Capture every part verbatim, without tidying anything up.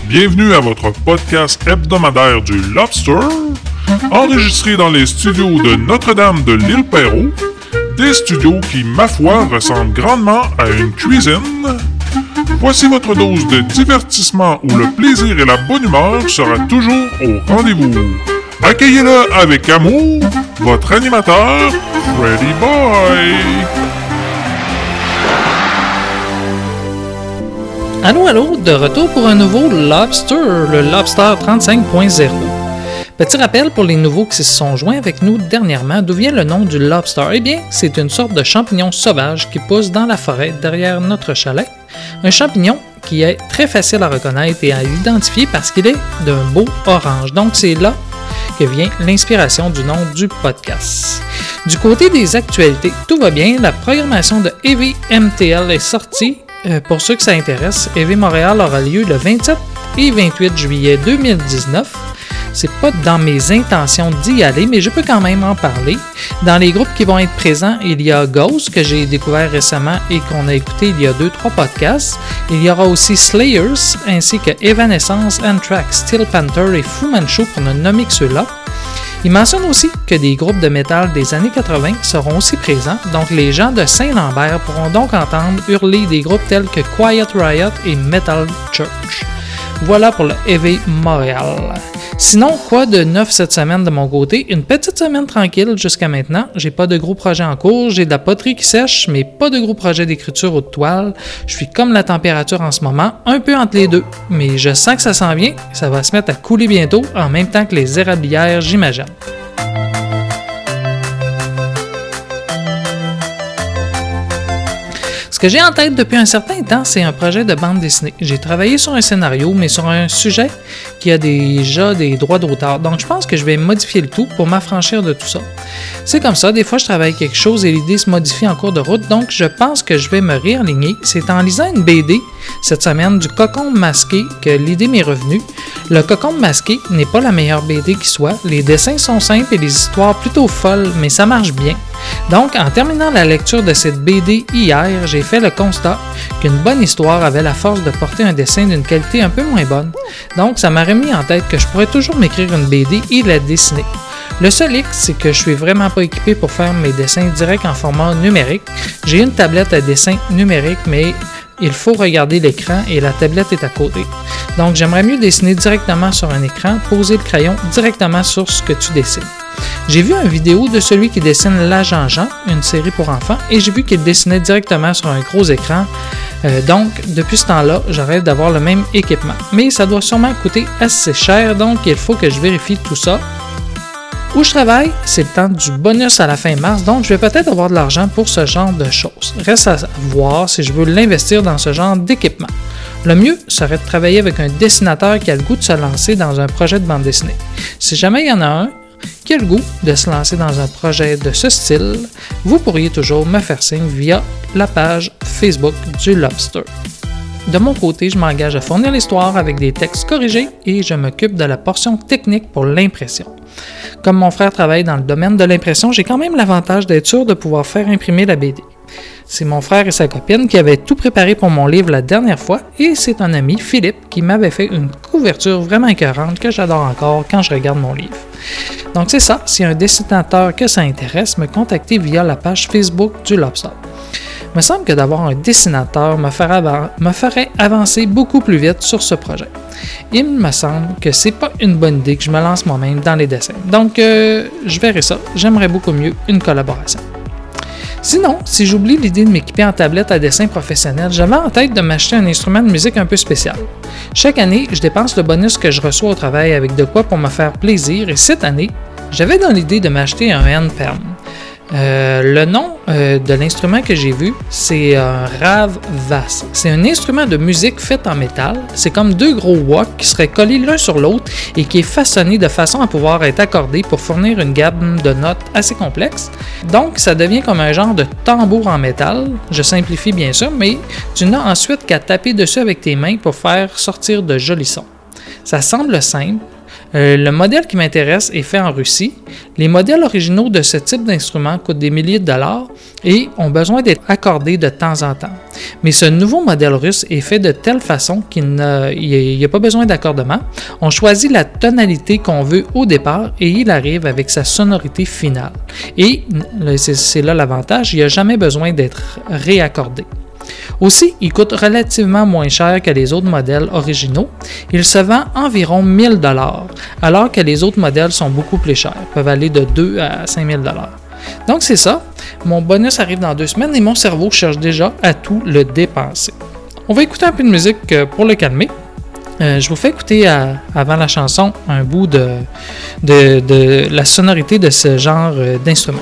Bienvenue à votre podcast hebdomadaire du Lobster, enregistré dans les studios de Notre-Dame de l'Île-Perrot, des studios qui, ma foi, ressemblent grandement à une cuisine. Voici votre dose de divertissement où le plaisir et la bonne humeur sera toujours au rendez-vous. Accueillez-le avec amour, votre animateur, Freddy Boy. Allô, allô, de retour pour un nouveau Lobster, le Lobster trente-cinq point zéro. Petit rappel pour les nouveaux qui se sont joints avec nous dernièrement, d'où vient le nom du Lobster? Eh bien, c'est une sorte de champignon sauvage qui pousse dans la forêt derrière notre chalet. Un champignon qui est très facile à reconnaître et à identifier parce qu'il est d'un beau orange. Donc, c'est là que vient l'inspiration du nom du podcast. Du côté des actualités, tout va bien. La programmation de Heavy M T L est sortie. Euh, pour ceux que ça intéresse, Heavy Montréal aura lieu le vingt-sept et vingt-huit juillet deux mille dix-neuf. C'est pas dans mes intentions d'y aller, mais je peux quand même en parler. Dans les groupes qui vont être présents, il y a Ghost, que j'ai découvert récemment et qu'on a écouté il y a deux trois podcasts. Il y aura aussi Slayers, ainsi que Evanescence, Anthrax, Steel Panther et Fu Manchu, pour ne nommer que ceux-là. Il mentionne aussi que des groupes de métal des années quatre-vingts seront aussi présents, donc les gens de Saint-Lambert pourront donc entendre hurler des groupes tels que Quiet Riot et Metal Church. Voilà pour le Heavy Montréal. Sinon, quoi de neuf cette semaine de mon côté? Une petite semaine tranquille jusqu'à maintenant. J'ai pas de gros projets en cours. J'ai de la poterie qui sèche, mais pas de gros projets d'écriture ou de toile. Je suis comme la température en ce moment, un peu entre les deux. Mais je sens que ça s'en vient. Ça va se mettre à couler bientôt, en même temps que les érablières, j'imagine. Ce que j'ai en tête depuis un certain temps, c'est un projet de bande dessinée. J'ai travaillé sur un scénario, mais sur un sujet qui a déjà des droits d'auteur. Donc, je pense que je vais modifier le tout pour m'affranchir de tout ça. C'est comme ça, des fois, je travaille quelque chose et l'idée se modifie en cours de route. Donc, je pense que je vais me réaligner. C'est en lisant une B D cette semaine du Cocon Masqué que l'idée m'est revenue. Le Cocon Masqué n'est pas la meilleure B D qui soit. Les dessins sont simples et les histoires plutôt folles, mais ça marche bien. Donc, en terminant la lecture de cette B D hier, j'ai fait le constat qu'une bonne histoire avait la force de porter un dessin d'une qualité un peu moins bonne. Donc, ça m'a remis en tête que je pourrais toujours m'écrire une B D et la dessiner. Le seul hic, c'est que je suis vraiment pas équipé pour faire mes dessins directs en format numérique. J'ai une tablette à dessin numérique, mais il faut regarder l'écran et la tablette est à côté. Donc, j'aimerais mieux dessiner directement sur un écran, poser le crayon directement sur ce que tu dessines. J'ai vu une vidéo de celui qui dessine l'Agent Jean, une série pour enfants, et j'ai vu qu'il dessinait directement sur un gros écran. Euh, donc, depuis ce temps-là, je rêve d'avoir le même équipement. Mais ça doit sûrement coûter assez cher, donc il faut que je vérifie tout ça. Où je travaille, c'est le temps du bonus à la fin mars, donc je vais peut-être avoir de l'argent pour ce genre de choses. Reste à voir si je veux l'investir dans ce genre d'équipement. Le mieux serait de travailler avec un dessinateur qui a le goût de se lancer dans un projet de bande dessinée. Si jamais il y en a un qui a le goût de se lancer dans un projet de ce style, vous pourriez toujours me faire signe via la page Facebook du Lobster. De mon côté, je m'engage à fournir l'histoire avec des textes corrigés et je m'occupe de la portion technique pour l'impression. Comme mon frère travaille dans le domaine de l'impression, j'ai quand même l'avantage d'être sûr de pouvoir faire imprimer la B D. C'est mon frère et sa copine qui avaient tout préparé pour mon livre la dernière fois et c'est un ami, Philippe, qui m'avait fait une couverture vraiment écœurante que j'adore encore quand je regarde mon livre. Donc c'est ça, si un dessinateur que ça intéresse, me contacter via la page Facebook du Lobster. Il me semble que d'avoir un dessinateur me ferait, avan- me ferait avancer beaucoup plus vite sur ce projet. Il me semble que c'est pas une bonne idée que je me lance moi-même dans les dessins. Donc, euh, je verrai ça. J'aimerais beaucoup mieux une collaboration. Sinon, si j'oublie l'idée de m'équiper en tablette à dessin professionnel, j'avais en tête de m'acheter un instrument de musique un peu spécial. Chaque année, je dépense le bonus que je reçois au travail avec de quoi pour me faire plaisir et cette année, j'avais dans l'idée de m'acheter un N-Perm. Euh, le nom euh, de l'instrument que j'ai vu, c'est un Rav Vas. C'est un instrument de musique fait en métal. C'est comme deux gros woks qui seraient collés l'un sur l'autre et qui est façonné de façon à pouvoir être accordé pour fournir une gamme de notes assez complexe. Donc, ça devient comme un genre de tambour en métal. Je simplifie bien sûr, mais tu n'as ensuite qu'à taper dessus avec tes mains pour faire sortir de jolis sons. Ça semble simple, Euh, le modèle qui m'intéresse est fait en Russie. Les modèles originaux de ce type d'instrument coûtent des milliers de dollars et ont besoin d'être accordés de temps en temps. Mais ce nouveau modèle russe est fait de telle façon qu'il n'y a, a pas besoin d'accordement. On choisit la tonalité qu'on veut au départ et il arrive avec sa sonorité finale. Et c'est, c'est là l'avantage, il n'y a jamais besoin d'être réaccordé. Aussi, il coûte relativement moins cher que les autres modèles originaux. Il se vend environ mille dollars, alors que les autres modèles sont beaucoup plus chers, peuvent aller de deux à cinq mille dollars. Donc c'est ça, mon bonus arrive dans deux semaines et mon cerveau cherche déjà à tout le dépenser. On va écouter un peu de musique pour le calmer. Euh, je vous fais écouter à, avant la chanson un bout de, de, de la sonorité de ce genre d'instrument.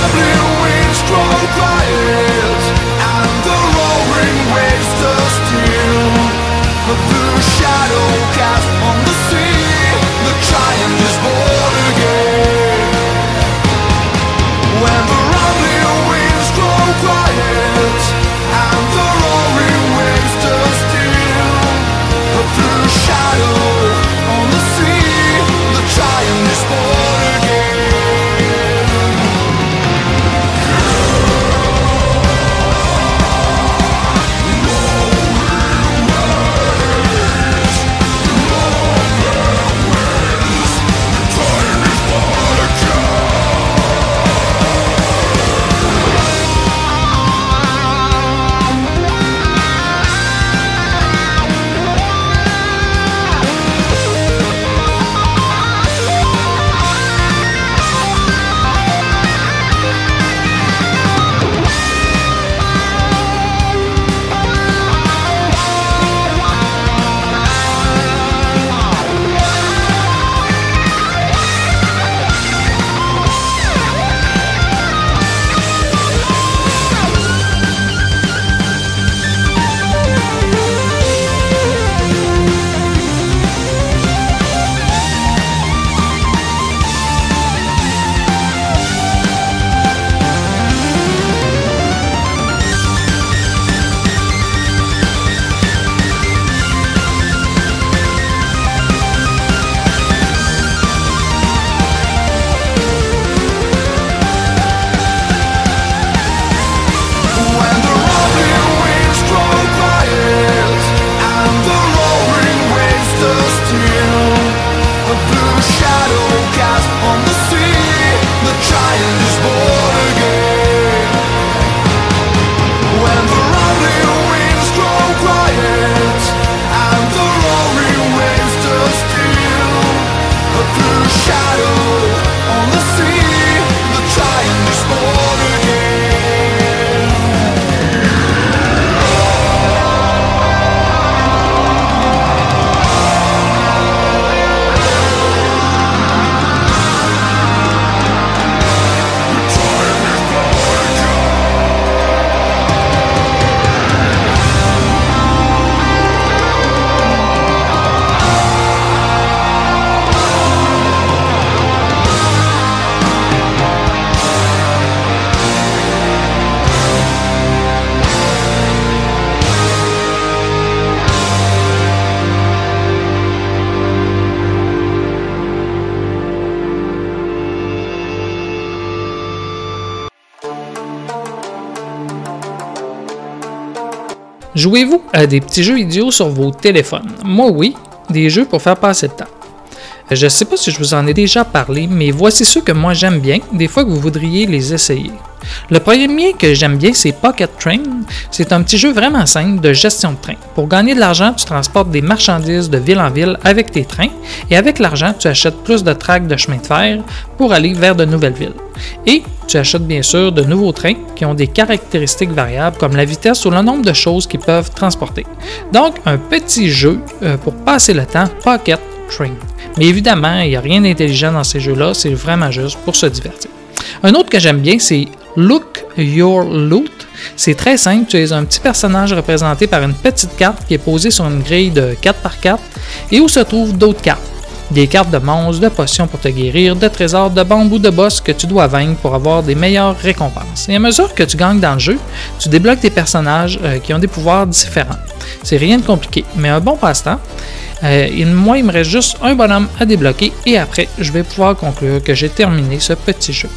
Jouez-vous à des petits jeux idiots sur vos téléphones? Moi oui, des jeux pour faire passer le temps. Je ne sais pas si je vous en ai déjà parlé, mais voici ceux que moi j'aime bien, des fois que vous voudriez les essayer. Le premier que j'aime bien, c'est Pocket Train. C'est un petit jeu vraiment simple de gestion de train. Pour gagner de l'argent, tu transportes des marchandises de ville en ville avec tes trains, et avec l'argent, tu achètes plus de tracts de chemin de fer pour aller vers de nouvelles villes. Et tu achètes bien sûr de nouveaux trains qui ont des caractéristiques variables comme la vitesse ou le nombre de choses qu'ils peuvent transporter. Donc, un petit jeu euh, pour passer le temps, Pocket Train. Mais évidemment, il n'y a rien d'intelligent dans ces jeux-là, c'est vraiment juste pour se divertir. Un autre que j'aime bien, c'est Look Your Loot. C'est très simple, tu es un petit personnage représenté par une petite carte qui est posée sur une grille de quatre par quatre et où se trouvent d'autres cartes. Des cartes de monstres, de potions pour te guérir, de trésors, de bombes ou de boss que tu dois vaincre pour avoir des meilleures récompenses. Et à mesure que tu gagnes dans le jeu, tu débloques des personnages euh, qui ont des pouvoirs différents. C'est rien de compliqué, mais un bon passe-temps. Euh, et moi, il me reste juste un bonhomme à débloquer et après, je vais pouvoir conclure que j'ai terminé ce petit jeu.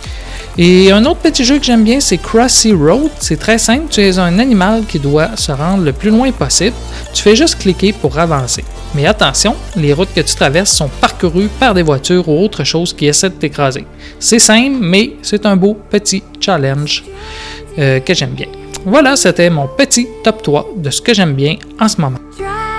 Et un autre petit jeu que j'aime bien, c'est Crossy Road. C'est très simple, tu es un animal qui doit se rendre le plus loin possible. Tu fais juste cliquer pour avancer. Mais attention, les routes que tu traverses sont parcourues par des voitures ou autre chose qui essaient de t'écraser. C'est simple, mais c'est un beau petit challenge euh, que j'aime bien. Voilà, c'était mon petit top trois de ce que j'aime bien en ce moment.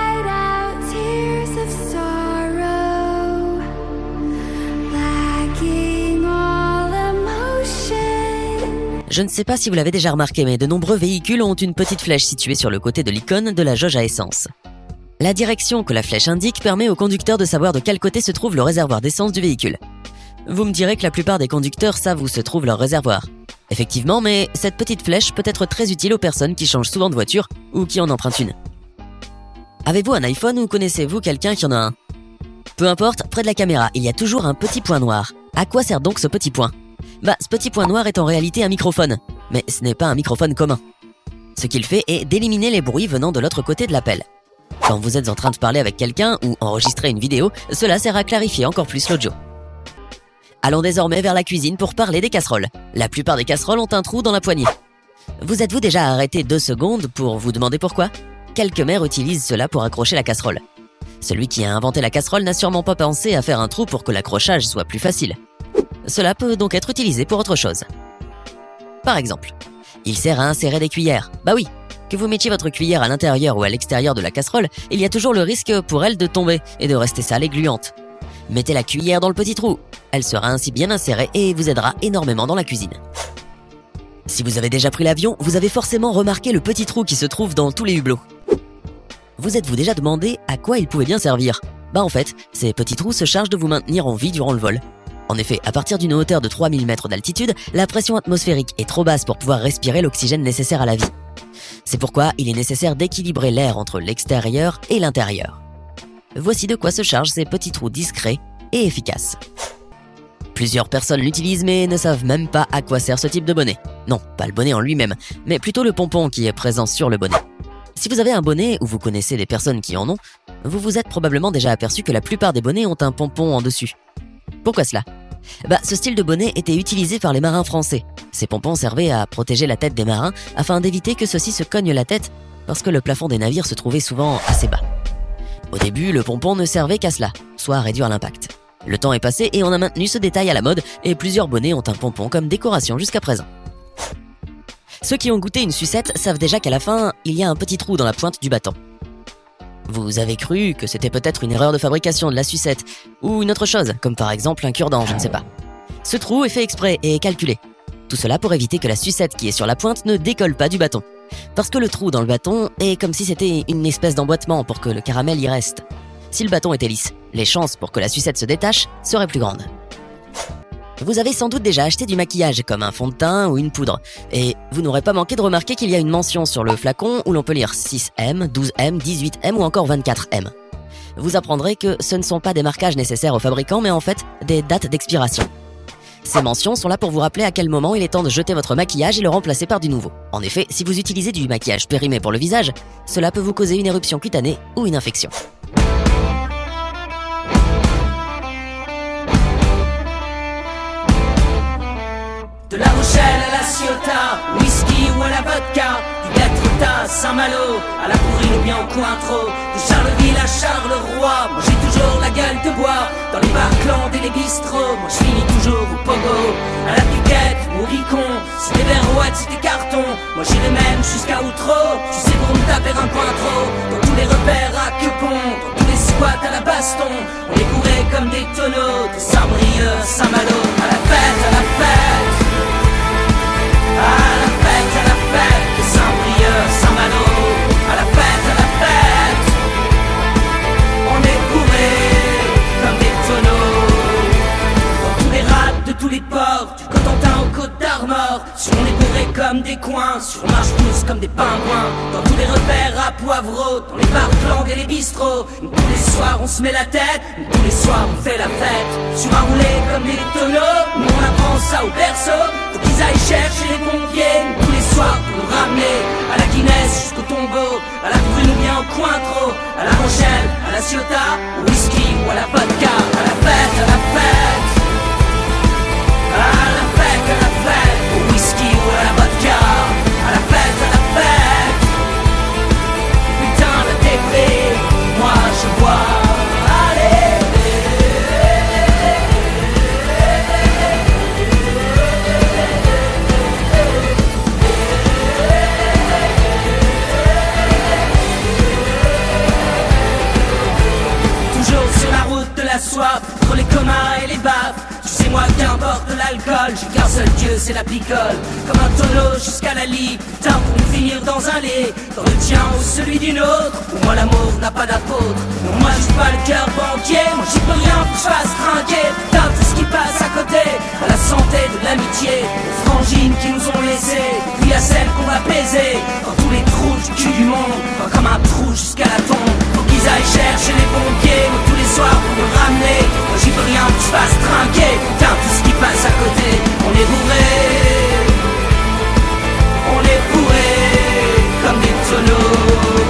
Je ne sais pas si vous l'avez déjà remarqué, mais de nombreux véhicules ont une petite flèche située sur le côté de l'icône de la jauge à essence. La direction que la flèche indique permet au conducteur de savoir de quel côté se trouve le réservoir d'essence du véhicule. Vous me direz que la plupart des conducteurs savent où se trouve leur réservoir. Effectivement, mais cette petite flèche peut être très utile aux personnes qui changent souvent de voiture ou qui en empruntent une. Avez-vous un iPhone ou connaissez-vous quelqu'un qui en a un? Peu importe, près de la caméra, il y a toujours un petit point noir. À quoi sert donc ce petit point? Bah, ce petit point noir est en réalité un microphone, mais ce n'est pas un microphone commun. Ce qu'il fait est d'éliminer les bruits venant de l'autre côté de l'appel. Quand vous êtes en train de parler avec quelqu'un ou enregistrer une vidéo, cela sert à clarifier encore plus l'audio. Allons désormais vers la cuisine pour parler des casseroles. La plupart des casseroles ont un trou dans la poignée. Vous êtes-vous déjà arrêté deux secondes pour vous demander pourquoi? Quelques mères utilisent cela pour accrocher la casserole. Celui qui a inventé la casserole n'a sûrement pas pensé à faire un trou pour que l'accrochage soit plus facile. Cela peut donc être utilisé pour autre chose. Par exemple, il sert à insérer des cuillères. Bah oui, que vous mettiez votre cuillère à l'intérieur ou à l'extérieur de la casserole, il y a toujours le risque pour elle de tomber et de rester sale et gluante. Mettez la cuillère dans le petit trou. Elle sera ainsi bien insérée et vous aidera énormément dans la cuisine. Si vous avez déjà pris l'avion, vous avez forcément remarqué le petit trou qui se trouve dans tous les hublots. Vous êtes-vous déjà demandé à quoi il pouvait bien servir? Bah en fait, ces petits trous se chargent de vous maintenir en vie durant le vol. En effet, à partir d'une hauteur de trois mille mètres d'altitude, la pression atmosphérique est trop basse pour pouvoir respirer l'oxygène nécessaire à la vie. C'est pourquoi il est nécessaire d'équilibrer l'air entre l'extérieur et l'intérieur. Voici de quoi se chargent ces petits trous discrets et efficaces. Plusieurs personnes l'utilisent mais ne savent même pas à quoi sert ce type de bonnet. Non, pas le bonnet en lui-même, mais plutôt le pompon qui est présent sur le bonnet. Si vous avez un bonnet ou vous connaissez des personnes qui en ont, vous vous êtes probablement déjà aperçu que la plupart des bonnets ont un pompon en dessus. Pourquoi cela? Bah, ce style de bonnet était utilisé par les marins français. Ces pompons servaient à protéger la tête des marins afin d'éviter que ceux-ci se cognent la tête parce que le plafond des navires se trouvait souvent assez bas. Au début, le pompon ne servait qu'à cela, soit à réduire l'impact. Le temps est passé et on a maintenu ce détail à la mode et plusieurs bonnets ont un pompon comme décoration jusqu'à présent. Ceux qui ont goûté une sucette savent déjà qu'à la fin, il y a un petit trou dans la pointe du bâton. Vous avez cru que c'était peut-être une erreur de fabrication de la sucette ou une autre chose, comme par exemple un cure-dent, je ne sais pas. Ce trou est fait exprès et est calculé. Tout cela pour éviter que la sucette qui est sur la pointe ne décolle pas du bâton. Parce que le trou dans le bâton est comme si c'était une espèce d'emboîtement pour que le caramel y reste. Si le bâton était lisse, les chances pour que la sucette se détache seraient plus grandes. Vous avez sans doute déjà acheté du maquillage comme un fond de teint ou une poudre, et vous n'aurez pas manqué de remarquer qu'il y a une mention sur le flacon où l'on peut lire six M, douze M, dix-huit M ou encore vingt-quatre M. Vous apprendrez que ce ne sont pas des marquages nécessaires aux fabricants, mais en fait des dates d'expiration. Ces mentions sont là pour vous rappeler à quel moment il est temps de jeter votre maquillage et le remplacer par du nouveau. En effet, si vous utilisez du maquillage périmé pour le visage, cela peut vous causer une éruption cutanée ou une infection. De La Rochelle à la Ciotat, whisky ou à la vodka, du Gatrota à Saint-Malo, à la Pourrine ou bien au Cointreau, de Charleville à Charleroi, moi j'ai toujours la gueule de bois, dans les bars clandes et les bistrots, moi je finis toujours au pogo, à la piquette ou au ricon, si t'es verrouette, si t'es carton, moi j'irai même jusqu'à Outreau, tu sais pour me taper un point trop, dans tous les repères à Quepont, dans tous les squats à la baston, on est bourrés comme des tonneaux, de Saint-Brieuc, Saint-Malo, à la fête, à la fête. À la fête, à la fête, de Saint-Brieuc, Saint-Malo, à la fête, à la fête, on est bourrés comme des tonneaux. Dans tous les rats de tous les ports, du Cotentin au Côte d'Armor, sur on est bourrés comme des coins, sur on marche tous comme des pingouins. Dans tous les repères à Poivreau, dans les bars clandes et les bistrots, nous, tous les soirs on se met la tête, nous, tous les soirs on fait la fête. Sur un roulé comme des tonneaux, nous on apprend ça au berceau. Faut qu'ils aillent chercher les pompiers, nous, tous les soirs pour nous ramener à la Guinness jusqu'au tombeau, à la Brune ou bien au Cointreau, à la Rochelle, à la Ciotat, au whisky ou à la vodka, à la fête, à la fête, à la fête, à la fête, au whisky ou à la vodka, à la fête, à la fête. Putain la dépée, moi je bois, allez. Soif, entre les comas et les baffes, tu sais moi qu'importe l'alcool, j'ai qu'un seul dieu c'est la picole, comme un tonneau jusqu'à la lit, putain pour me finir dans un lit, dans le tien ou celui d'une autre, où moi l'amour n'a pas d'apôtre, non moi j'ai pas le cœur banquier, moi j'y peux rien pour que je fasse trinquer, putain tout ce qui passe à côté, à la santé de l'amitié, aux frangines qui nous ont laissés, puis à celles qu'on va baiser, dans tous les trous du cul du monde, pas comme un trou jusqu'à la tombe. Faut qu'ils aillent chercher les pompiers, moi tous les soirs pour me ramener. Moi j'y peux rien, que je fasse trinquer, putain tout ce qui passe à côté, on est bourrés, on est bourrés comme des tonneaux.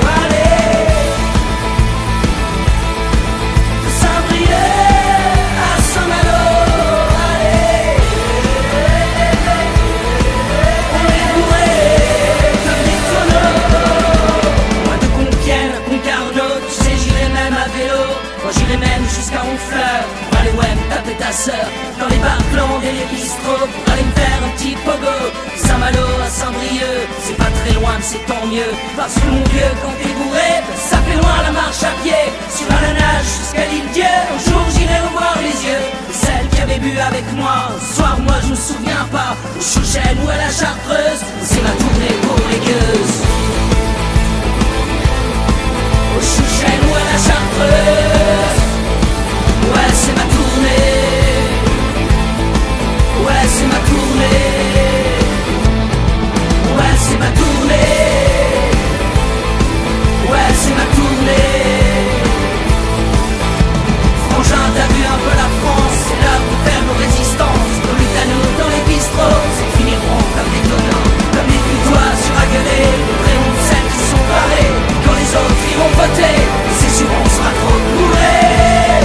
J'irai même jusqu'à Honfleur pour aller ouais me taper ta sœur dans les bars glandes et les bistrots pour aller me faire un petit pogo. Saint-Malo à Saint-Brieuc, c'est pas très loin mais c'est tant mieux. Parce que mon vieux quand t'es bourré, ben, ça fait loin la marche à pied. Sur la nage jusqu'à l'île Dieu, un jour j'irai revoir les yeux de celle qui avait bu avec moi. Ce soir moi je me souviens pas, au Chouchen ou à la Chartreuse, c'est ma tournée pour les gueuses. Au Chouchen ou à la Chartreuse, ouais c'est ma tournée, ouais c'est ma tournée, ouais c'est ma tournée, ouais c'est ma tournée. Frangin t'as vu un peu la France, c'est là pour faire nos résistances. Nos lutanos dans les bistrots, ils finiront comme des tonneaux, comme des putois sur à gueuler, le vrai nom de celles qui sont barrées. Quand les autres iront voter, c'est sûr on sera trop bourrés.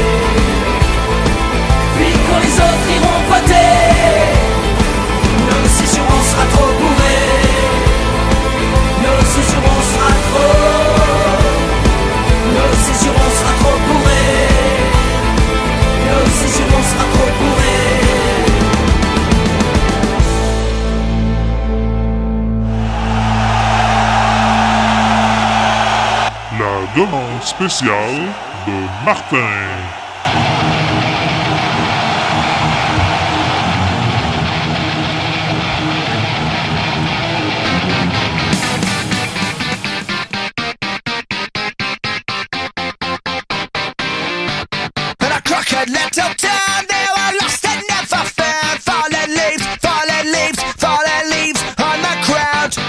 Puis quand les autres iront voter, nous c'est sûr on sera trop bourrés. Nous c'est sûr on sera trop. Nous c'est sûr on sera trop bourrés. Nous c'est sûr on sera trop bourrés. La demande spéciale de Martin. In a crooked little town, they were lost and never found. Fallen leaves, fallen leaves, fallen leaves on the ground.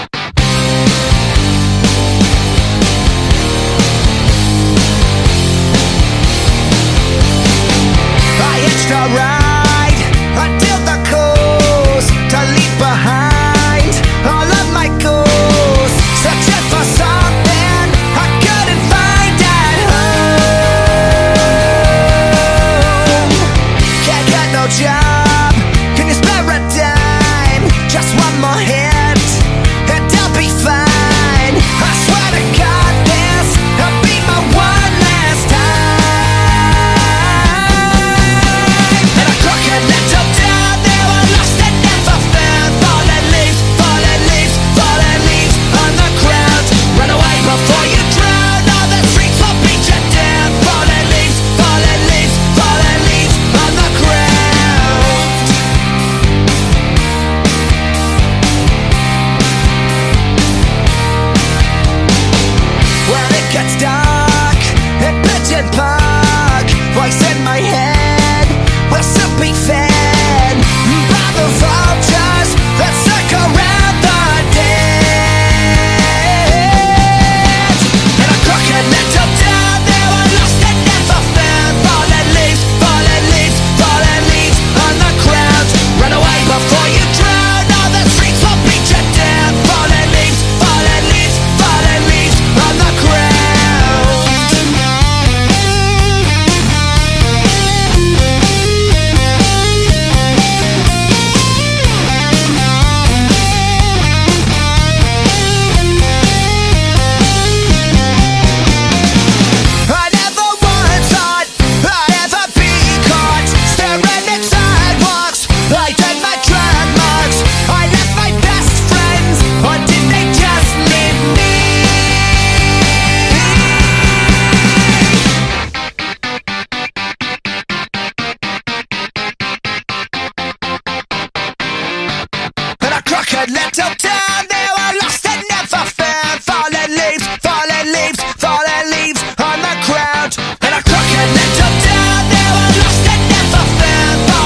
I hitched a ride until the coast to leave behind all of my goals, searching for something I couldn't find at home. Can't get no job, can you spare a dime? Just one more hit and I'll be fine. I swear to God this'll be my one last time. In a crooked little town, they were lost and never found. Fallen leaves, fallen leaves, fallen leaves on the ground. Run away before you drown, all the streets will beat you down. Fallen leaves, fallen leaves, fallen leaves on the ground. When it gets dark in Pigeon Park, voice in my head will soon be fed by the vultures that circle around the dead. In a crooked little town, they were lost and never found. Fallen leaves, fallen leaves, fallen leaves on the ground. Run away before you drown, all the streets will beat you down. Fallen leaves, fallen leaves, fallen leaves on the ground. I never once thought I'd ever be caught staring at sidewalks, lighting my track marks. I left my best friends, or did they just leave me? In a crooked little town, they were lost and never found. Fallen leaves, fallen leaves, fallen leaves on the ground. In a crooked little town, they were lost and never found.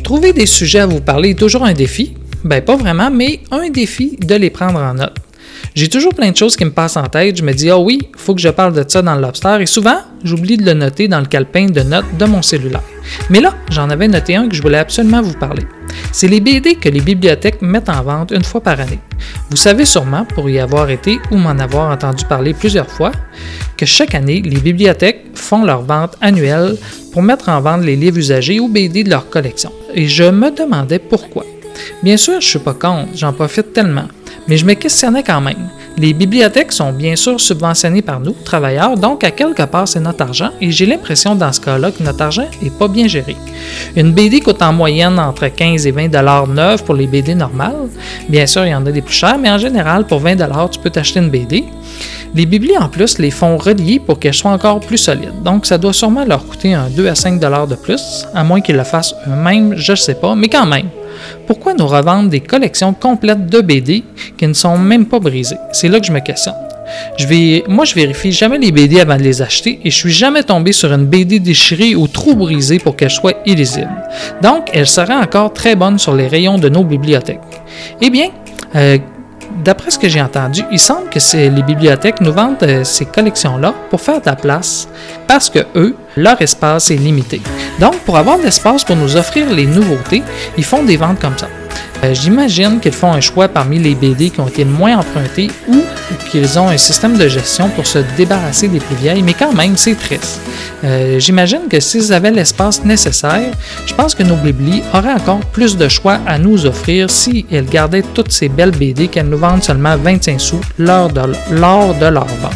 Trouver des sujets à vous parler est toujours un défi. Ben pas vraiment, mais un défi de les prendre en note. J'ai toujours plein de choses qui me passent en tête. Je me dis, ah oui, il faut que je parle de ça dans le Lobster. Et souvent, j'oublie de le noter dans le calepin de notes de mon cellulaire. Mais là, j'en avais noté un que je voulais absolument vous parler. C'est les B D que les bibliothèques mettent en vente une fois par année. Vous savez sûrement, pour y avoir été ou m'en avoir entendu parler plusieurs fois, que chaque année, les bibliothèques font leur vente annuelle pour mettre en vente les livres usagés ou B D de leur collection. Et je me demandais pourquoi. Bien sûr, je ne suis pas contre, j'en profite tellement. Mais je me questionnais quand même. Les bibliothèques sont bien sûr subventionnées par nous, travailleurs, donc à quelque part c'est notre argent et j'ai l'impression dans ce cas-là que notre argent n'est pas bien géré. Une B D coûte en moyenne entre quinze et vingt dollars neufs pour les B D normales. Bien sûr, il y en a des plus chers, mais en général, pour vingt dollars, tu peux t'acheter une B D. Les biblis, en plus, les font relier pour qu'elles soient encore plus solides. Donc, ça doit sûrement leur coûter un deux à cinq dollars de plus, à moins qu'ils le fassent eux-mêmes, je ne sais pas, mais quand même. Pourquoi nous revendre des collections complètes de B D qui ne sont même pas brisées? C'est là que je me questionne. Je vais, moi, je vérifie jamais les B D avant de les acheter et je suis jamais tombé sur une B D déchirée ou trop brisée pour qu'elle soit illisible. Donc, elle serait encore très bonne sur les rayons de nos bibliothèques. Eh bien, euh, d'après ce que j'ai entendu, il semble que c'est, les bibliothèques nous vendent euh, ces collections-là pour faire de la place parce que eux, leur espace est limité. Donc, pour avoir de l'espace pour nous offrir les nouveautés, ils font des ventes comme ça. Euh, j'imagine qu'ils font un choix parmi les B D qui ont été le moins empruntés ou qu'ils ont un système de gestion pour se débarrasser des plus vieilles, mais quand même, c'est triste. Euh, j'imagine que s'ils avaient l'espace nécessaire, je pense que nos biblis auraient encore plus de choix à nous offrir si elles gardaient toutes ces belles B D qu'elles nous vendent seulement vingt-cinq sous lors de, lors de leur vente.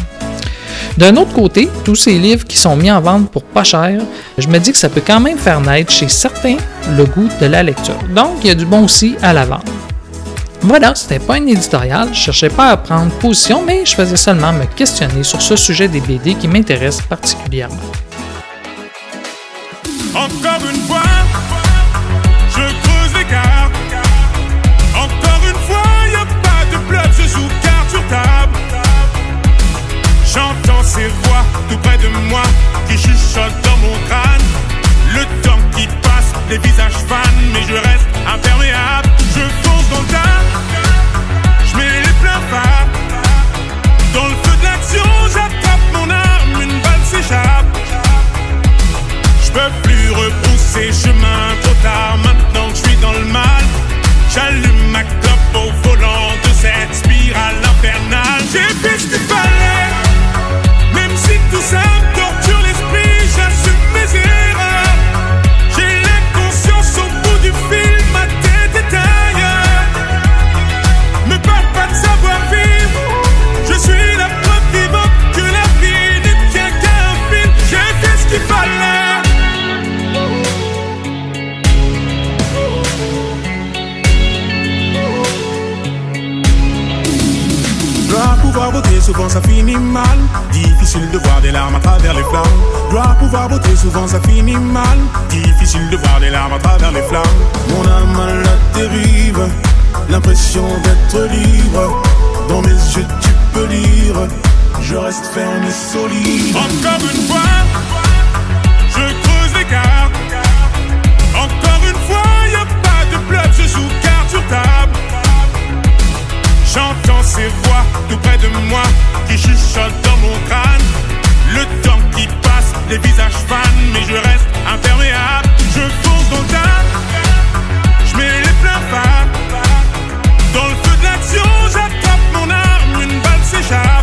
D'un autre côté, tous ces livres qui sont mis en vente pour pas cher, je me dis que ça peut quand même faire naître chez certains le goût de la lecture. Donc, il y a du bon aussi à la vente. Voilà, c'était pas un éditorial, je cherchais pas à prendre position, mais je faisais seulement me questionner sur ce sujet des B D qui m'intéresse particulièrement. Encore une fois, je creuse l'écart. Encore une fois, y a pas de bloc, je joue carte sur table. J'entends ces voix tout près de moi qui chuchotent dans mon crâne. Le temps qui passe, les visages fanent, mais je reste imperméable. Je fonce dans le tas, je mets les pleins phares. Dans le feu de l'action, j'attrape mon arme, une balle s'échappe. Je peux plus repousser chemin trop tard, maintenant que je suis dans le mal. J'allume ma clope au volant de cette spirale infernale. J'ai fait ce qu'il fallait. Même si tout ça me torture l'esprit, j'assume mes erreurs. J'ai l'inconscience au bout du fil, ma tête est ailleurs. Me parle pas de savoir-vivre, je suis la preuve vivante que la vie ne tient qu'à un fil. J'ai fait ce qu'il fallait. Dois pouvoir voter, souvent ça finit mal. Difficile de voir des larmes à travers les flammes. Dois pouvoir voter, souvent ça finit mal. Difficile de voir des larmes à travers les flammes. Mon âme à la dérive, l'impression d'être libre. Dans mes yeux tu peux lire, je reste ferme et solide. Encore une fois, je creuse l'écart. Encore une fois, y a pas de bloc, je joue carte sur table. J'entends ces voix tout près de moi qui chuchotent dans mon crâne. Le temps qui passe, les visages fanent, mais je reste imperméable. Je fonce dans le tas, je mets les pleins phares. Dans le feu de l'action, j'attrape mon arme, une balle s'échappe.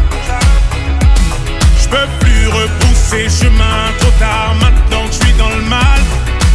Je peux plus repousser chemin trop tard, maintenant que je suis dans le mal.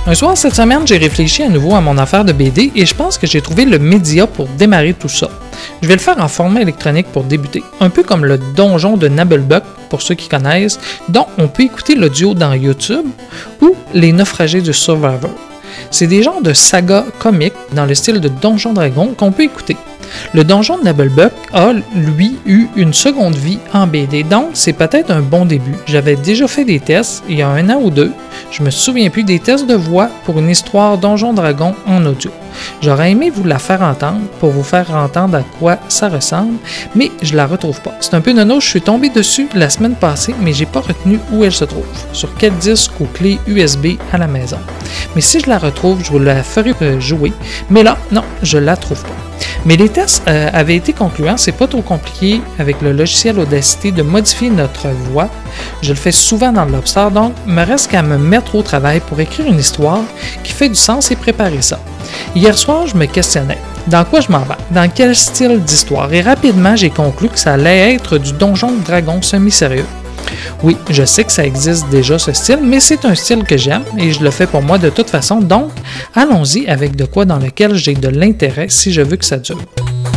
Un soir cette semaine, j'ai réfléchi à nouveau à mon affaire de B D et je pense que j'ai trouvé le média pour démarrer tout ça. Je vais le faire en format électronique pour débuter, un peu comme le donjon de Nabelbuck, pour ceux qui connaissent, dont on peut écouter l'audio dans YouTube, ou Les naufragés du Survivor. C'est des genres de sagas comiques dans le style de Donjon Dragon qu'on peut écouter. Le donjon de Nabelbuck a, lui, eu une seconde vie en B D, donc c'est peut-être un bon début. J'avais déjà fait des tests il y a un an ou deux, je me souviens plus des tests de voix pour une histoire Donjon Dragon en audio. J'aurais aimé vous la faire entendre pour vous faire entendre à quoi ça ressemble, mais je la retrouve pas. C'est un peu nono, je suis tombé dessus la semaine passée, mais j'ai pas retenu où elle se trouve, sur quel disque ou clé U S B à la maison. Mais si je la retrouve, je vous la ferai jouer, mais là, non, je la trouve pas. Mais les tests euh, avaient été concluants, c'est pas trop compliqué avec le logiciel Audacity de modifier notre voix. Je le fais souvent dans le Lobster, donc il me reste qu'à me mettre au travail pour écrire une histoire qui fait du sens et préparer ça. Hier soir, je me questionnais. Dans quoi je m'en vais? Dans quel style d'histoire? Et rapidement, j'ai conclu que ça allait être du Donjon Dragon semi-sérieux. Oui, je sais que ça existe déjà ce style, mais c'est un style que j'aime et je le fais pour moi de toute façon, donc allons-y avec de quoi dans lequel j'ai de l'intérêt si je veux que ça dure.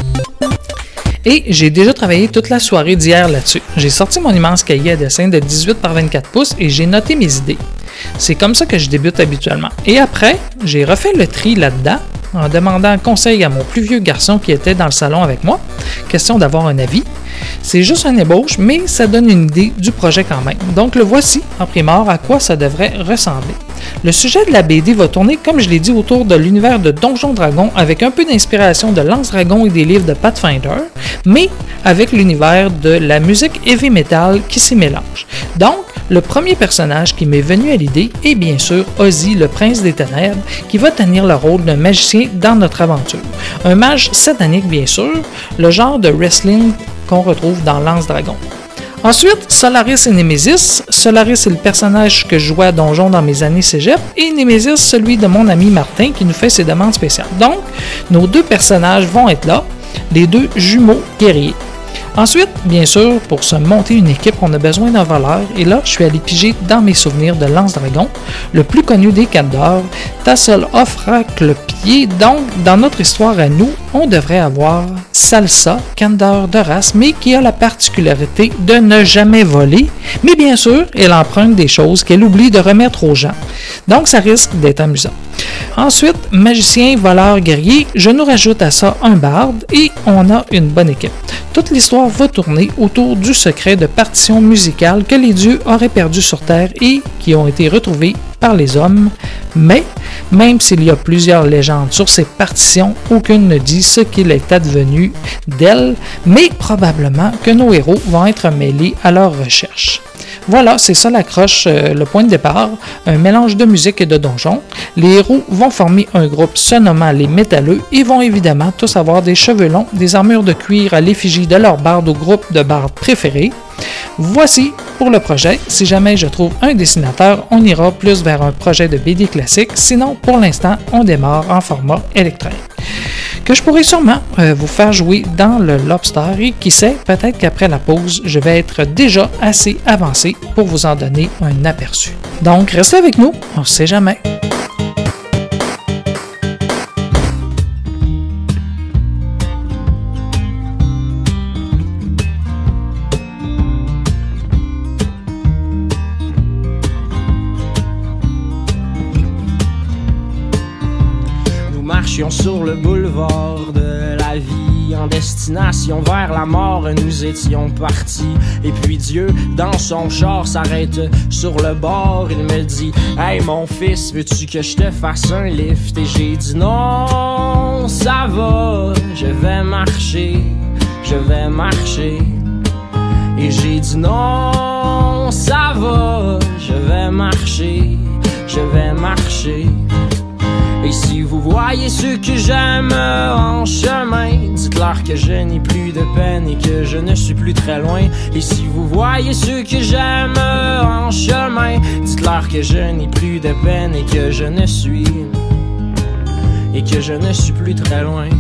Et j'ai déjà travaillé toute la soirée d'hier là-dessus. J'ai sorti mon immense cahier à dessin de dix-huit par vingt-quatre pouces et j'ai noté mes idées. C'est comme ça que je débute habituellement. Et après, j'ai refait le tri là-dedans en demandant conseil à mon plus vieux garçon qui était dans le salon avec moi. Question d'avoir un avis. C'est juste un ébauche, mais ça donne une idée du projet quand même. Donc le voici, en primeur, à quoi ça devrait ressembler. Le sujet de la B D va tourner, comme je l'ai dit, autour de l'univers de Donjon Dragon avec un peu d'inspiration de Lance Dragon et des livres de Pathfinder, mais avec l'univers de la musique heavy metal qui s'y mélange. Donc, le premier personnage qui m'est venu à l'idée est bien sûr Ozzy, le prince des ténèbres, qui va tenir le rôle d'un magicien dans notre aventure. Un mage satanique bien sûr, le genre de wrestling qu'on retrouve dans Lance Dragon. Ensuite, Solaris et Nemesis. Solaris est le personnage que je jouais à Donjon dans mes années cégep et Nemesis celui de mon ami Martin qui nous fait ses demandes spéciales. Donc, nos deux personnages vont être là, les deux jumeaux guerriers. Ensuite, bien sûr, pour se monter une équipe, on a besoin d'un voleur, et là, je suis allé piger dans mes souvenirs de Lance Dragon, le plus connu des Kandor, Tassel Offracle Pied. Donc, dans notre histoire à nous, on devrait avoir Salsa, Kandor de race, mais qui a la particularité de ne jamais voler, mais bien sûr, elle emprunte des choses qu'elle oublie de remettre aux gens. Donc, ça risque d'être amusant. Ensuite, magicien, voleur, guerrier, je nous rajoute à ça un barde et on a une bonne équipe. Toute l'histoire va tourner autour du secret de partitions musicales que les dieux auraient perdues sur Terre et qui ont été retrouvées par les hommes, mais même s'il y a plusieurs légendes sur ces partitions, aucune ne dit ce qu'il est advenu d'elles, mais probablement que nos héros vont être mêlés à leur recherche. Voilà, c'est ça l'accroche, euh, le point de départ, un mélange de musique et de donjon. Les héros vont former un groupe se nommant les Métalleux et vont évidemment tous avoir des cheveux longs, des armures de cuir à l'effigie de leur barde ou groupe de bardes préférés. Voici pour le projet. Si jamais je trouve un dessinateur, on ira plus vers un projet de B D classique. Sinon, pour l'instant, on démarre en format électronique. Que je pourrais sûrement euh, vous faire jouer dans le Lobster et qui sait, peut-être qu'après la pause, je vais être déjà assez avancé pour vous en donner un aperçu. Donc, restez avec nous, on ne sait jamais. Sur le boulevard de la vie, en destination vers la mort, nous étions partis. Et puis Dieu, dans son char, s'arrête sur le bord. Il me dit: hey mon fils, veux-tu que je te fasse un lift? Et j'ai dit non, ça va, je vais marcher, je vais marcher. Et j'ai dit non, ça va, je vais marcher, je vais marcher. Et si vous voyez ceux que j'aime en chemin, dites-leur que je n'ai plus de peine et que je ne suis plus très loin. Et si vous voyez ceux que j'aime en chemin, dites-leur que je n'ai plus de peine et que je ne suis et que je ne suis plus très loin.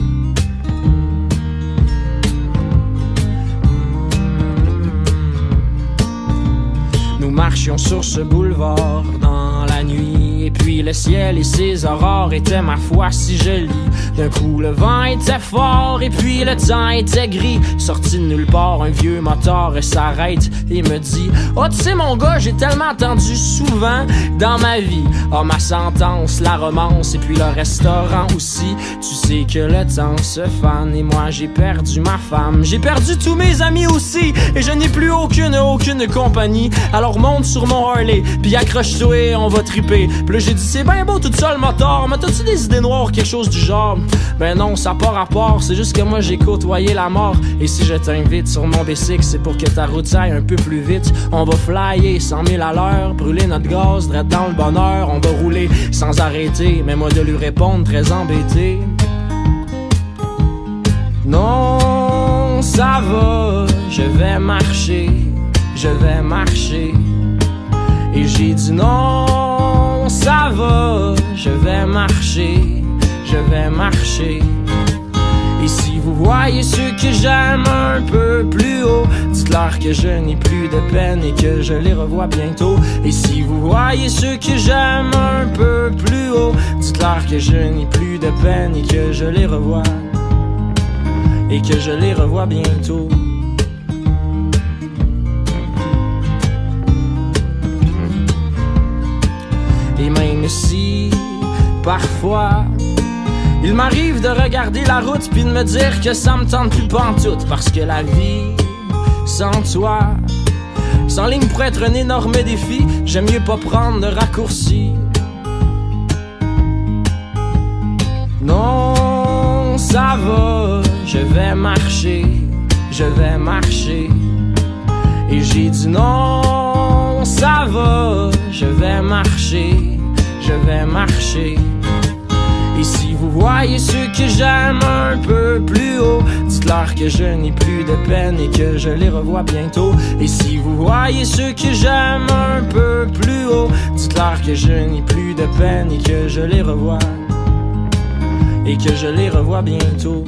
Nous marchions sur ce boulevard dans la nuit. Et puis le ciel et ses aurores étaient ma foi si jolis. D'un coup le vent était fort et puis le temps était gris. Sorti de nulle part, un vieux moteur s'arrête et me dit: oh tu sais mon gars, j'ai tellement entendu souvent dans ma vie. Oh ma sentence, la romance et puis le restaurant aussi. Tu sais que le temps se fane et moi j'ai perdu ma femme. J'ai perdu tous mes amis aussi et je n'ai plus aucune, aucune compagnie. Alors monte sur mon Harley puis accroche-toi et on va triper. Puis là j'ai dit c'est bien beau tout ça le moteur, mais t'as-tu des idées noires, quelque chose du genre? Ben non, ça n'a pas rapport, c'est juste que moi j'ai côtoyé la mort. Et si je t'invite sur mon bicycle, c'est pour que ta route aille un peu plus vite. On va flyer cent mille à l'heure, brûler notre gaz, direct dans le bonheur. On va rouler sans arrêter, mais moi de lui répondre très embêté. Non, ça va, je vais marcher, je vais marcher. Et j'ai dit non, ça va, je vais marcher, je vais marcher. Et si vous voyez ceux que j'aime un peu plus haut, dites-leur que je n'ai plus de peine et que je les revois bientôt. Et si vous voyez ceux que j'aime un peu plus haut, dites-leur que je n'ai plus de peine et que je les revois, et que je les revois bientôt. Et même si, parfois, il m'arrive de regarder la route puis de me dire que ça me tente plus pantoute. Parce que la vie, sans toi, sans ligne pourrait être un énorme défi. J'aime mieux pas prendre de raccourcis. Non, ça va, je vais marcher, je vais marcher. Et j'ai dit non, ça va, je vais marcher, je vais marcher. Et si vous voyez ceux que j'aime un peu plus haut, dites-leur que je n'ai plus de peine et que je les revois bientôt. Et si vous voyez ceux que j'aime un peu plus haut, dites-leur que je n'ai plus de peine et que je les revois, et que je les revois bientôt.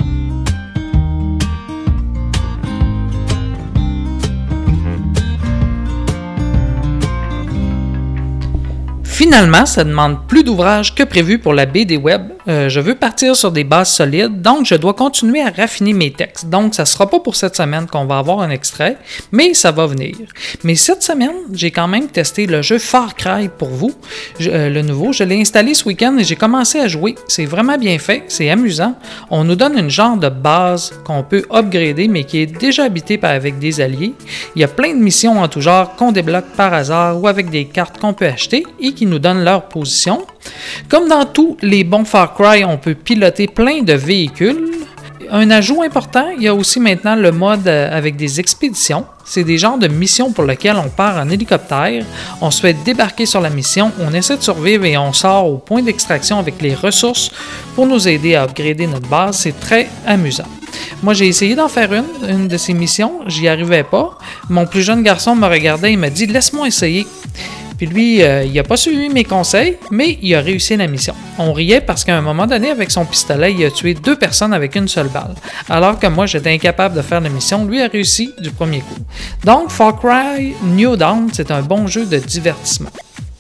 Finalement, ça demande plus d'ouvrage que prévu pour la B D web. Euh, je veux partir sur des bases solides, donc je dois continuer à raffiner mes textes. Donc, ça ne sera pas pour cette semaine qu'on va avoir un extrait, mais ça va venir. Mais cette semaine, j'ai quand même testé le jeu Far Cry pour vous, je, euh, le nouveau. Je l'ai installé ce week-end et j'ai commencé à jouer. C'est vraiment bien fait, c'est amusant. On nous donne une genre de base qu'on peut upgrader, mais qui est déjà habitée par, avec des alliés. Il y a plein de missions en tout genre qu'on débloque par hasard ou avec des cartes qu'on peut acheter et qui nous donnent leur position. Comme dans tous les bons Far Cry, on peut piloter plein de véhicules. Un ajout important, il y a aussi maintenant le mode avec des expéditions. C'est des genres de missions pour lesquelles on part en hélicoptère, on se fait débarquer sur la mission, on essaie de survivre et on sort au point d'extraction avec les ressources pour nous aider à upgrader notre base. C'est très amusant. Moi, j'ai essayé d'en faire une, une de ces missions, j'y arrivais pas. Mon plus jeune garçon me regardait et m'a dit « Laisse-moi essayer ». Puis lui, euh, il n'a pas suivi mes conseils, mais il a réussi la mission. On riait parce qu'à un moment donné, avec son pistolet, il a tué deux personnes avec une seule balle. Alors que moi, j'étais incapable de faire la mission, lui a réussi du premier coup. Donc, Far Cry New Dawn, c'est un bon jeu de divertissement.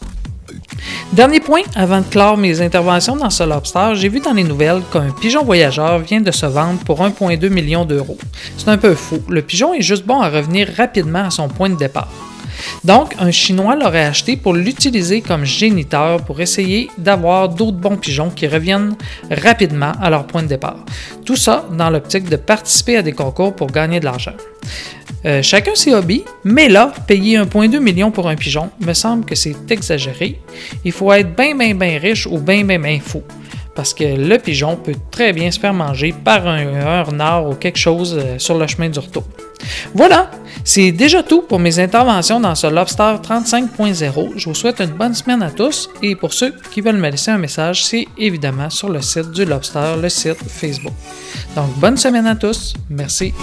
Dernier point, avant de clore mes interventions dans ce Lobster, j'ai vu dans les nouvelles qu'un pigeon voyageur vient de se vendre pour un virgule deux million d'euros. C'est un peu fou. Le pigeon est juste bon à revenir rapidement à son point de départ. Donc, un Chinois l'aurait acheté pour l'utiliser comme géniteur pour essayer d'avoir d'autres bons pigeons qui reviennent rapidement à leur point de départ. Tout ça dans l'optique de participer à des concours pour gagner de l'argent. Euh, chacun ses hobbies, mais là, payer un virgule deux million pour un pigeon, me semble que c'est exagéré. Il faut être bien, bien, bien riche ou bien, bien, bien fou. Parce que le pigeon peut très bien se faire manger par un, un renard ou quelque chose euh, sur le chemin du retour. Voilà, c'est déjà tout pour mes interventions dans ce Lobster trente-cinq point zéro. Je vous souhaite une bonne semaine à tous et pour ceux qui veulent me laisser un message, c'est évidemment sur le site du Lobster, le site Facebook. Donc, bonne semaine à tous. Merci.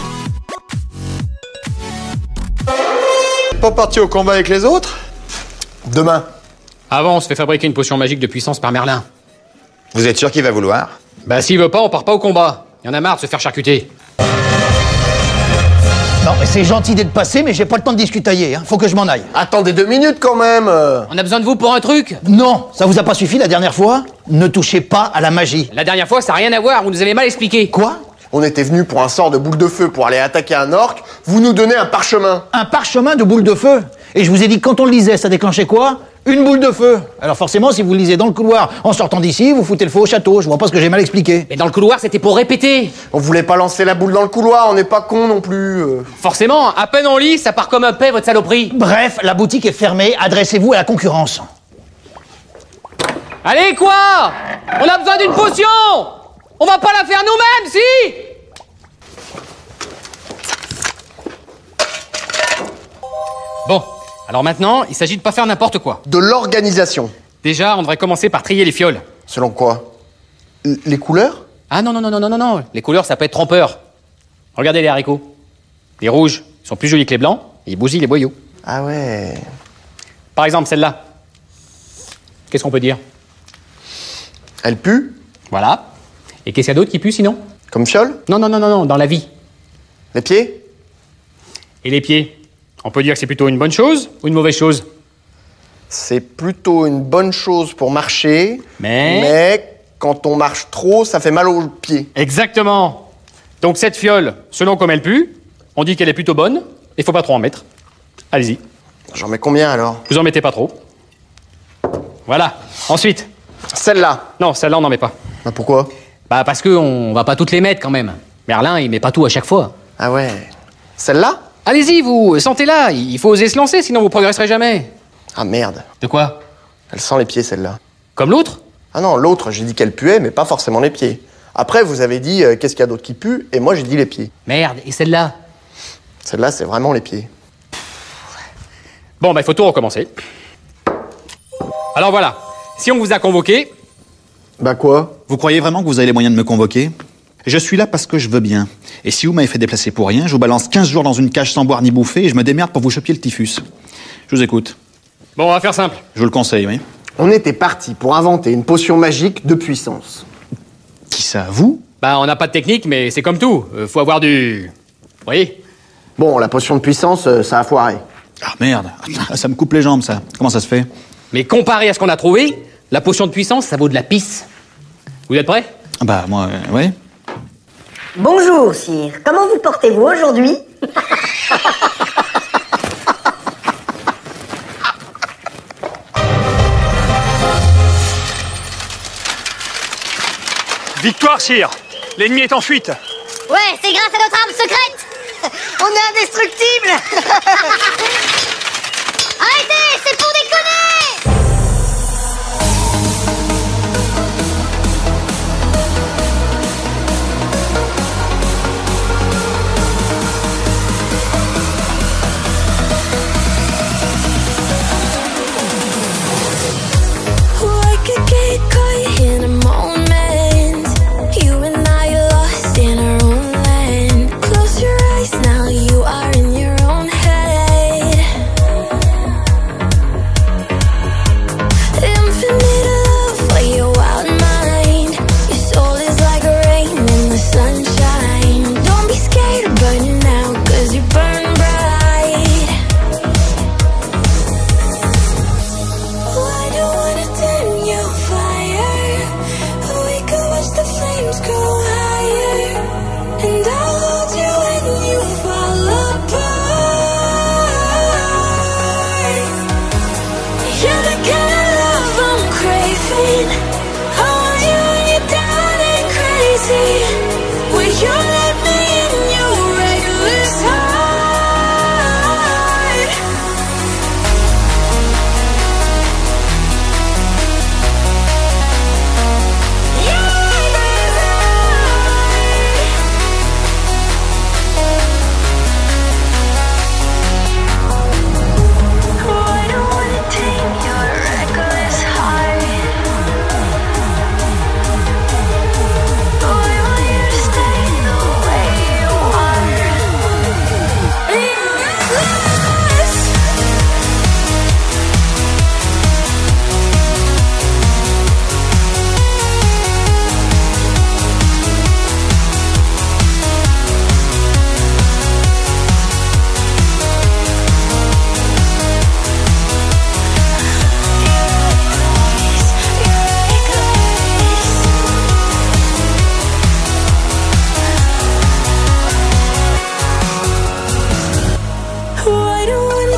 Pas parti au combat avec les autres? Demain. Avant, on se fait fabriquer une potion magique de puissance par Merlin. Vous êtes sûr qu'il va vouloir? Bah s'il veut pas, on part pas au combat. Y en a marre de se faire charcuter. Non, mais c'est gentil d'être passé, mais j'ai pas le temps de discutailler, hein. Faut que je m'en aille. Attendez deux minutes quand même. euh. On a besoin de vous pour un truc. Non, ça vous a pas suffi la dernière fois? Ne touchez pas à la magie. La dernière fois, ça n'a rien à voir, vous nous avez mal expliqué. Quoi? On était venu pour un sort de boule de feu pour aller attaquer un orc. Vous nous donnez un parchemin. Un parchemin de boule de feu? Et je vous ai dit que quand on le lisait, ça déclenchait quoi? Une boule de feu. Alors forcément, si vous le lisez dans le couloir en sortant d'ici, vous foutez le feu au château. Je vois pas ce que j'ai mal expliqué. Mais dans le couloir, c'était pour répéter. On voulait pas lancer la boule dans le couloir, on n'est pas con non plus. euh. Forcément, à peine on lit, ça part comme un paix, votre saloperie. Bref, la boutique est fermée, adressez-vous à la concurrence. Allez, quoi? On a besoin d'une potion. On va pas la faire nous-mêmes, si? Bon, alors maintenant, il s'agit de pas faire n'importe quoi. De l'organisation. Déjà, on devrait commencer par trier les fioles. Selon quoi? L- Les couleurs? Ah non, non, non, non, non, non, non. Les couleurs, ça peut être trompeur. Regardez les haricots. Les rouges sont plus jolis que les blancs, et ils bousillent les boyaux. Ah ouais. Par exemple, celle-là. Qu'est-ce qu'on peut dire? Elle pue? Voilà. Et qu'est-ce qu'il y a d'autre qui pue sinon? Comme fiole? Non, non, non, non, non, dans la vie. Les pieds? Et les pieds? On peut dire que c'est plutôt une bonne chose ou une mauvaise chose? C'est plutôt une bonne chose pour marcher, Mais... mais quand on marche trop, ça fait mal aux pieds. Exactement. Donc cette fiole, selon comme elle pue, on dit qu'elle est plutôt bonne, et faut pas trop en mettre. Allez-y. J'en mets combien alors? Vous en mettez pas trop. Voilà. Ensuite. Celle-là? Non, celle-là on n'en met pas. Bah pourquoi? Bah parce que on va pas toutes les mettre quand même. Merlin, il met pas tout à chaque fois. Ah ouais. Celle-là? Allez-y, vous, sentez-la. Il faut oser se lancer, sinon vous progresserez jamais. Ah merde. De quoi? Elle sent les pieds celle-là. Comme l'autre? Ah non, l'autre, j'ai dit qu'elle puait, mais pas forcément les pieds. Après, vous avez dit euh, qu'est-ce qu'il y a d'autre qui pue, et moi j'ai dit les pieds. Merde, et celle-là? Celle-là, c'est vraiment les pieds. Bon, bah il faut tout recommencer. Alors voilà, si on vous a convoqué... Bah quoi? Vous croyez vraiment que vous avez les moyens de me convoquer? Je suis là parce que je veux bien. Et si vous m'avez fait déplacer pour rien, je vous balance quinze jours dans une cage sans boire ni bouffer et je me démerde pour vous choper le typhus. Je vous écoute. Bon, on va faire simple. Je vous le conseille, oui. On était parti pour inventer une potion magique de puissance. Qui ça, vous? Bah on n'a pas de technique, mais c'est comme tout. Euh, faut avoir du... Vous voyez? Bon, la potion de puissance, euh, ça a foiré. Ah merde, ça me coupe les jambes, ça. Comment ça se fait? Mais comparé à ce qu'on a trouvé, la potion de puissance, ça vaut de la pisse. Vous êtes prêts? Bah moi, euh, ouais. Bonjour, sire. Comment vous portez-vous aujourd'hui? Victoire, sire. L'ennemi est en fuite. Ouais, c'est grâce à notre arme secrète. On est indestructible. Arrêtez, c'est pour déconner. Like a gate caught in a moment, you and I are lost in our own land. Close your eyes now, you are in your own head.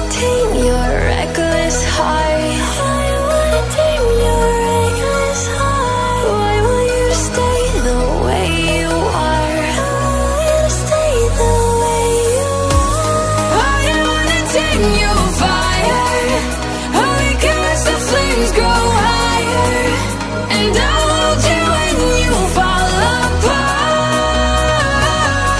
tame your reckless heart. I wanna tame your reckless heart. I want you to stay the way you are. I want you to stay the way you are. I wanna tame your fire. Oh, because the flames grow higher. And I'll hold you when you fall apart.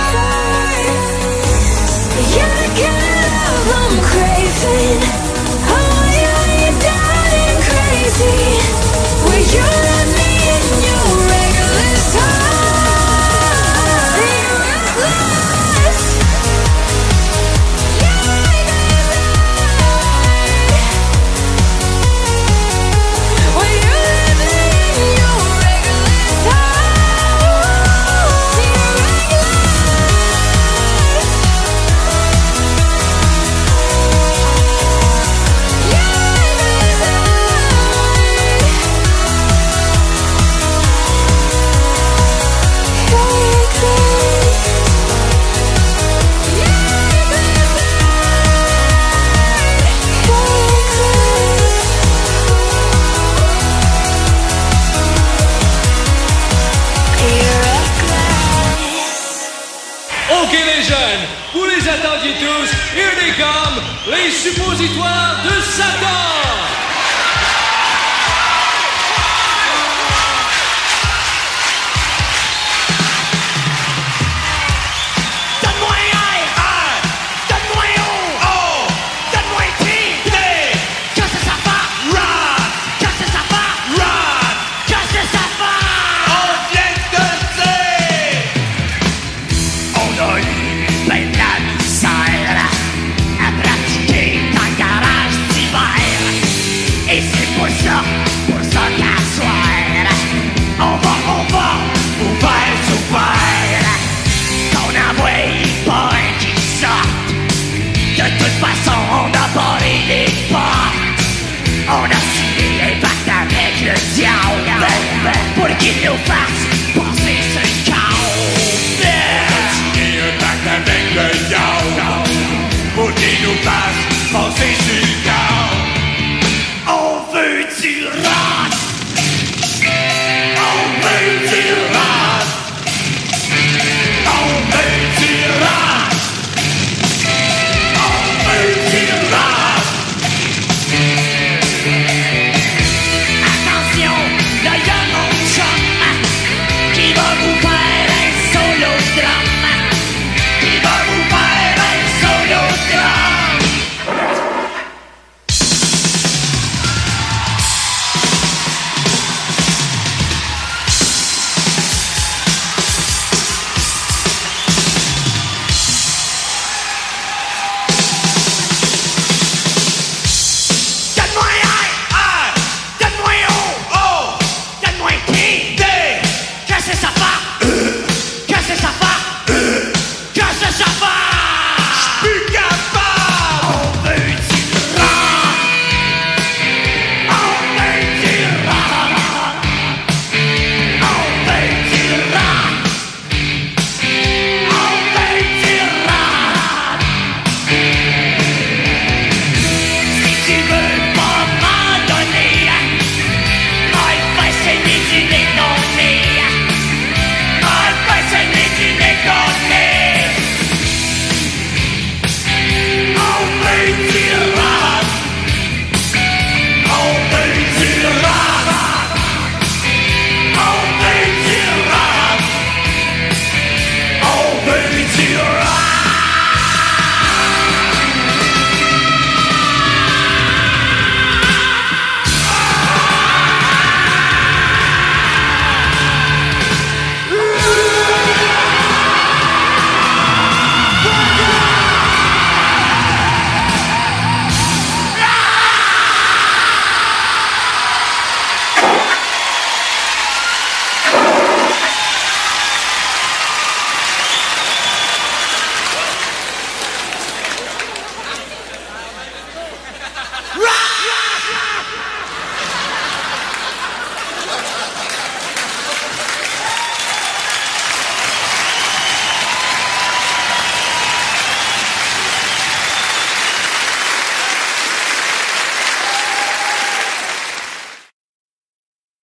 You're the kind of love I'm craving. I want you when you're down and crazy. Will you let me in your reckless heart? You're reckless. You're reckless. Will you let me in your reckless heart? You're Ok les jeunes, vous les attendiez tous, here they come, les suppositoires de Satan. Donne-moi un I, donne-moi un O, donne-moi un T, T, que ça ça va, run, que ça ça va, run, que ça ça va. On vient de dire, on a eu ben de la misère à pratiquer dans le garage d'hiver. Et c'est pour ça, pour ça qu'à soir, on va, on va, ouvert, ouvert. Qu'on envoie pas un qui sorte. De toute façon, on a barré les portes. On a signé un pacte avec le diable pour qu'il nous fasse